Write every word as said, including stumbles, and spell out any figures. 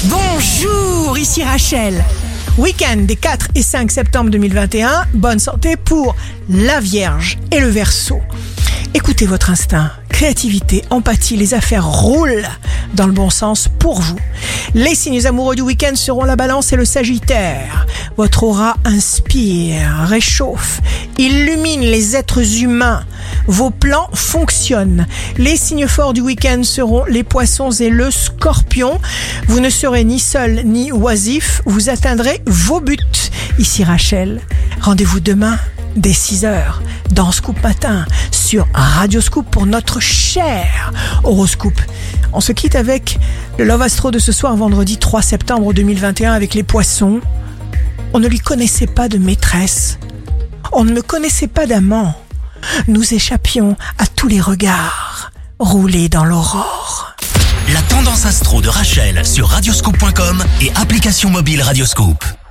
Bonjour, ici Rachel. Week-end des quatre et cinq septembre deux mille vingt et un, bonne santé pour la Vierge et le Verseau. Écoutez votre instinct, créativité, empathie, les affaires roulent dans le bon sens pour vous. Les signes amoureux du week-end seront la Balance et le Sagittaire. Votre aura inspire, réchauffe, illumine les êtres humains. Vos plans fonctionnent. Les signes forts du week-end seront les Poissons et le Scorpion. Vous ne serez ni seul ni oisif, vous atteindrez vos buts. Ici Rachel, rendez-vous demain dès six heures dans Scoop Matin sur Radio Scoop pour notre cher horoscope. On se quitte avec le Love Astro de ce soir, vendredi trois septembre deux mille vingt et un, avec les Poissons. On ne lui connaissait pas de maîtresse. On ne me connaissait pas d'amant. Nous échappions à tous les regards roulés dans l'aurore. La tendance astro de Rachel sur radioscoop point com et application mobile Radioscoop.